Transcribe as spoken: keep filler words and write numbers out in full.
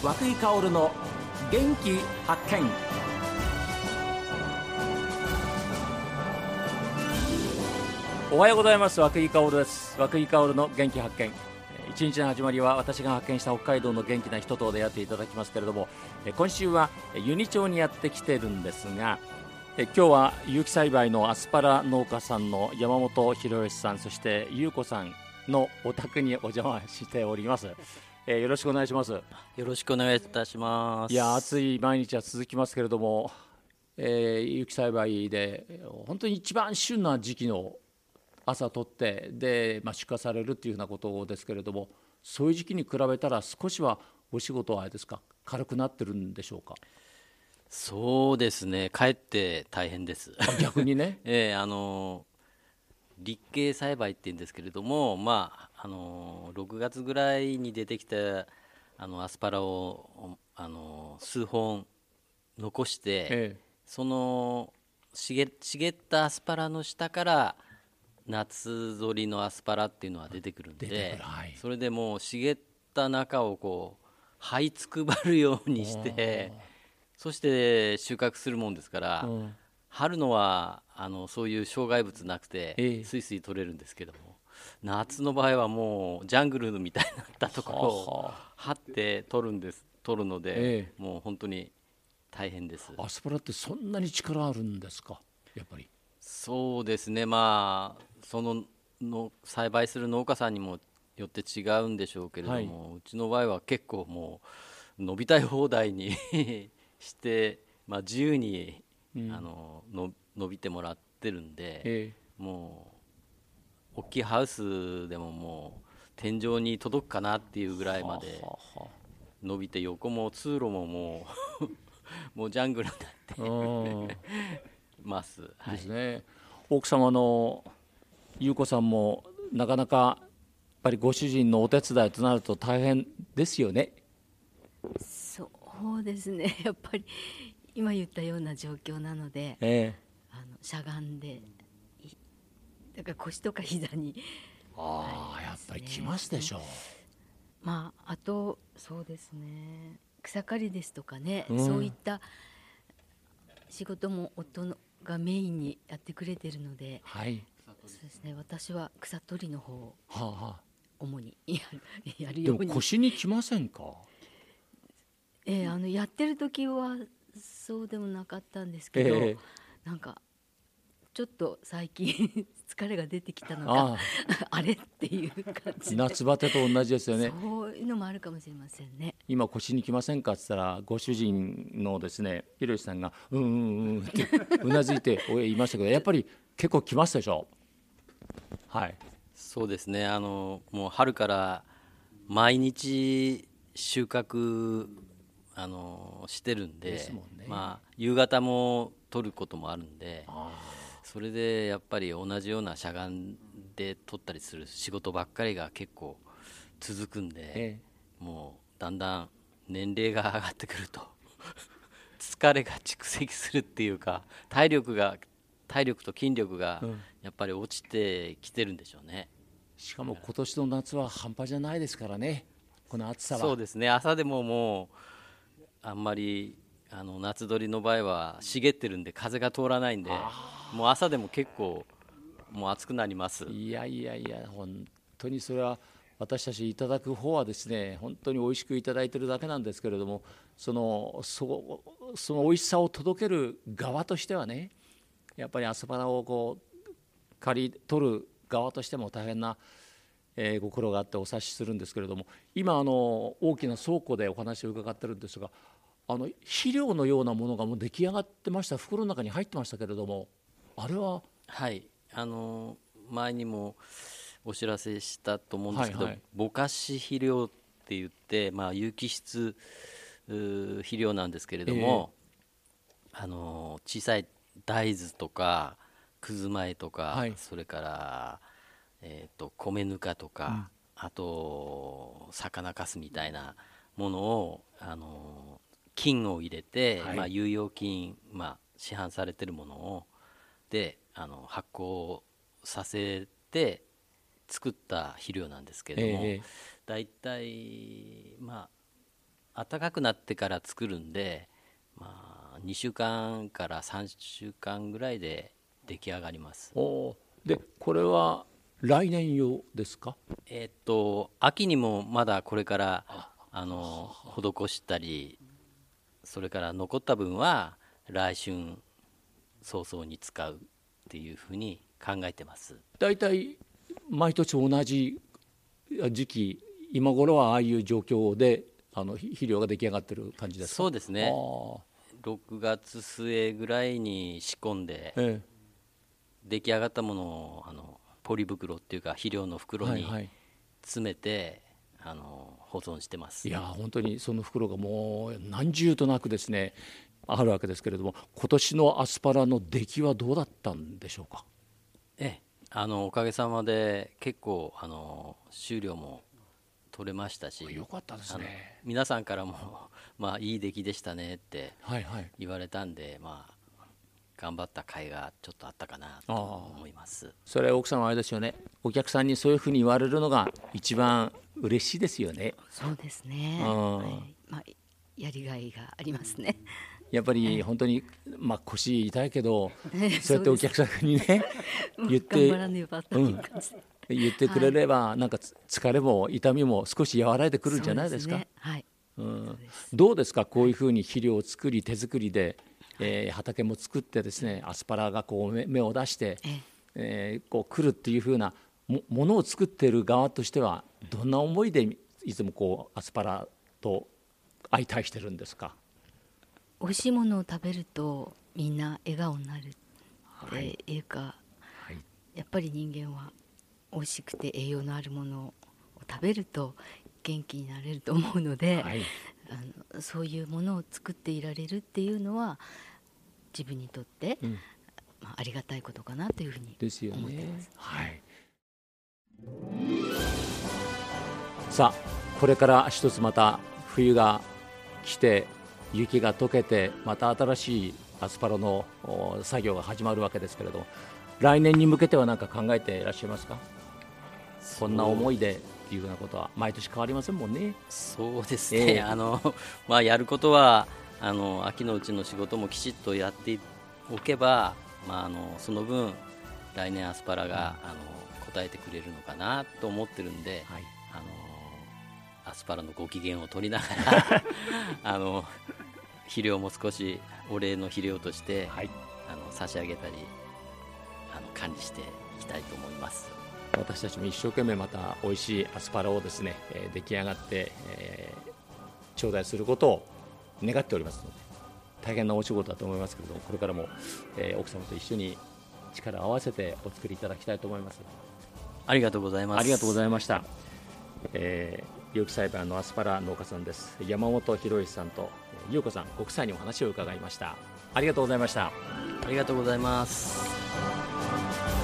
井香の元気発見。おはようございます。涌井香です。涌井香の元気発見。一日の始まりは私が発見した北海道の元気な人と出会っていただきますけれども、今週は由仁町にやってきてるんですが、今日は有機栽培のアスパラ農家さんの山本博義さん、そして優子さんのお宅にお邪魔しております。えー、よろしくお願いします。 よろしくお願いいたします。 いや、暑い毎日は続きますけれども、えー、有機栽培で本当に一番旬な時期の朝取ってで、まあ、出荷されるっていうようなことですけれども、そういう時期に比べたら少しはお仕事はあれですか、軽くなってるんでしょうか。 そうですね、かえって大変です。 逆にね、 えー、あの立系栽培っていうんですけれども、まああのろくがつぐらいに出てきたあのアスパラをあの数本残して、ええ、その茂ったアスパラの下から夏採りのアスパラっていうのは出てくるんで、はい、それでもう茂った中をこう這いつくばるようにして、そして収穫するもんですから、うん、春のはあのそういう障害物なくて、ええ、スイスイ取れるんですけども、夏の場合はもうジャングルみたいになったところを張って取るんです取るので、ええ、もう本当に大変です。 アスパラってそんなに力あるんですか。やっぱりそうですね、まあそのの栽培する農家さんにもよって違うんでしょうけれども、はい、うちの場合は結構もう伸びたい放題にして、まあ、自由に、うん、あのの伸びてもらってるんで、ええ、もう大きいハウスでももう天井に届くかなっていうぐらいまで伸びて、横も通路ももうもうジャングルになってます、 はい、ですね。奥様の優子さんもなかなかやっぱりご主人のお手伝いとなると大変ですよね。 そうですね、やっぱり今言ったような状況なので、ええ、あのしゃがんで、だから腰とか膝にああ、ね、やっぱりきますでしょう。 まあ、あとそうですね、草刈りですとかね、うん、そういった仕事も夫がメインにやってくれてるので、はい、そうですね、私は草取りの方を主にやる、やるように。 でも腰にきませんか。 えー、あのやってる時はそうでもなかったんですけど、えー、なんかちょっと最近疲れが出てきたのか あ, あれっていう感じで、 夏バテと同じですよね。 そういうのもあるかもしれませんね。 今腰にきませんかって言ったら、ご主人のですね、ひろしさんがうんうんうんってうなずいて言いましたけど、やっぱり結構きますでしょ。はい、 そうですね、あのもう春から毎日収穫あのしてるん で, でね、まあ、夕方も取ることもあるんで、それでやっぱり同じようなしゃがんで取ったりする仕事ばっかりが結構続くんで、ええ、もうだんだん年齢が上がってくると疲れが蓄積するっていうか、体力が体力と筋力がやっぱり落ちてきてるんでしょうね、 うん、しかも今年の夏は半端じゃないですからね、この暑さは。 そうですね、朝でももうあんまりあの夏取りの場合は茂ってるんで風が通らないんで、もう朝でも結構もう暑くなります。 いやいやいや、本当にそれは私たちいただく方はですね、本当に美味しくいただいてるだけなんですけれども、そのそその美味しさを届ける側としてはね、やっぱりアスパラをこう刈り取る側としても大変な、えー、ご苦労があってお察しするんですけれども、今あの大きな倉庫でお話を伺ってるんですが、あの肥料のようなものがもう出来上がってました。袋の中に入ってましたけれども、あれは。 はい、あの前にもお知らせしたと思うんですけど、はいはい、ぼかし肥料って言って、まあ、有機質肥料なんですけれども、えー、あの小さい大豆とかくず米とか、はい、それから、えー、と米ぬかとか、うん、あと魚かすみたいなものをあの菌を入れて、はい、まあ、有用菌、まあ、市販されてるものをであの発酵させて作った肥料なんですけれども、えー、だいたいまあ暖かくなってから作るんで、まあ、にしゅうかんからさんしゅうかんぐらいで出来上がります。 おでこれは来年用ですか？ えー、っと秋にもまだこれからあの施したり、それから残った分は来春早々に使うっていうふうに考えてます。 だいたい毎年同じ時期、今頃はああいう状況であの肥料が出来上がってる感じですか？ そうですね。ろくがつ末ぐらいに仕込んで、ええ、出来上がったものをあのポリ袋っていうか肥料の袋に詰めて、はいはい、あの保存してます。 いや本当にその袋がもう何重となくですねあるわけですけれども、今年のアスパラの出来はどうだったんでしょうか？ ええ、あのおかげさまで結構あの収量も取れましたし、 よかったですね。 皆さんからもまあいい出来でしたねって言われたんで、はいはい、まあ頑張った甲斐がちょっとあったかなと思います。 それは奥さんはあれですよね、お客さんにそういうふうに言われるのが一番嬉しいですよね。 そうですね、はい、まあ、やりがいがありますね。 やっぱり本当に、まあ、腰痛いけど、そうやってお客さんにね言って頑張らねばという感じで、 うん、言ってくれれば、はい、なんか疲れも痛みも少し和らいでくるんじゃないですか。 そうですね、はい、 うん、どうですか、こういうふうに肥料を作り手作りで、えー、畑も作ってですね、アスパラがこう 芽, 芽を出して、ええー、こう来るっていうふうな も, ものを作っている側としてはどんな思いでいつもこうアスパラと相対してるんですか？ 美味しいものを食べるとみんな笑顔になるっていうか、はいはい、やっぱり人間は美味しくて栄養のあるものを食べると元気になれると思うので、はい、あのそういうものを作っていられるっていうのは自分にとって、うん、まあ、ありがたいことかなというふうに思ってます。ですよね。はい、 さあこれから一つまた冬が来て雪が溶けてまた新しいアスパラの作業が始まるわけですけれども、来年に向けては何か考えていらっしゃいますか？こんな思いでっていうようなことは毎年変わりませんもんね。 そうですね、えーあのまあ、やることはあの秋のうちの仕事もきちっとやっておけば、まあ、あのその分来年アスパラが、うん、あの応えてくれるのかなと思ってるんで、はい、あのアスパラのご機嫌を取りながらあの肥料も少しお礼の肥料として、はい、あの差し上げたりあの管理していきたいと思います。 私たちも一生懸命また美味しいアスパラをですね、えー、出来上がって、えー、頂戴することを願っておりますので、大変なお仕事だと思いますけれども、これからも、えー、奥様と一緒に力を合わせてお作りいただきたいと思います。 ありがとうございます。 ありがとうございました。えー、有機栽培のアスパラ農家さんです。山本博之さんと優子さんご夫妻にお話を伺いました。ありがとうございました。 ありがとうございます。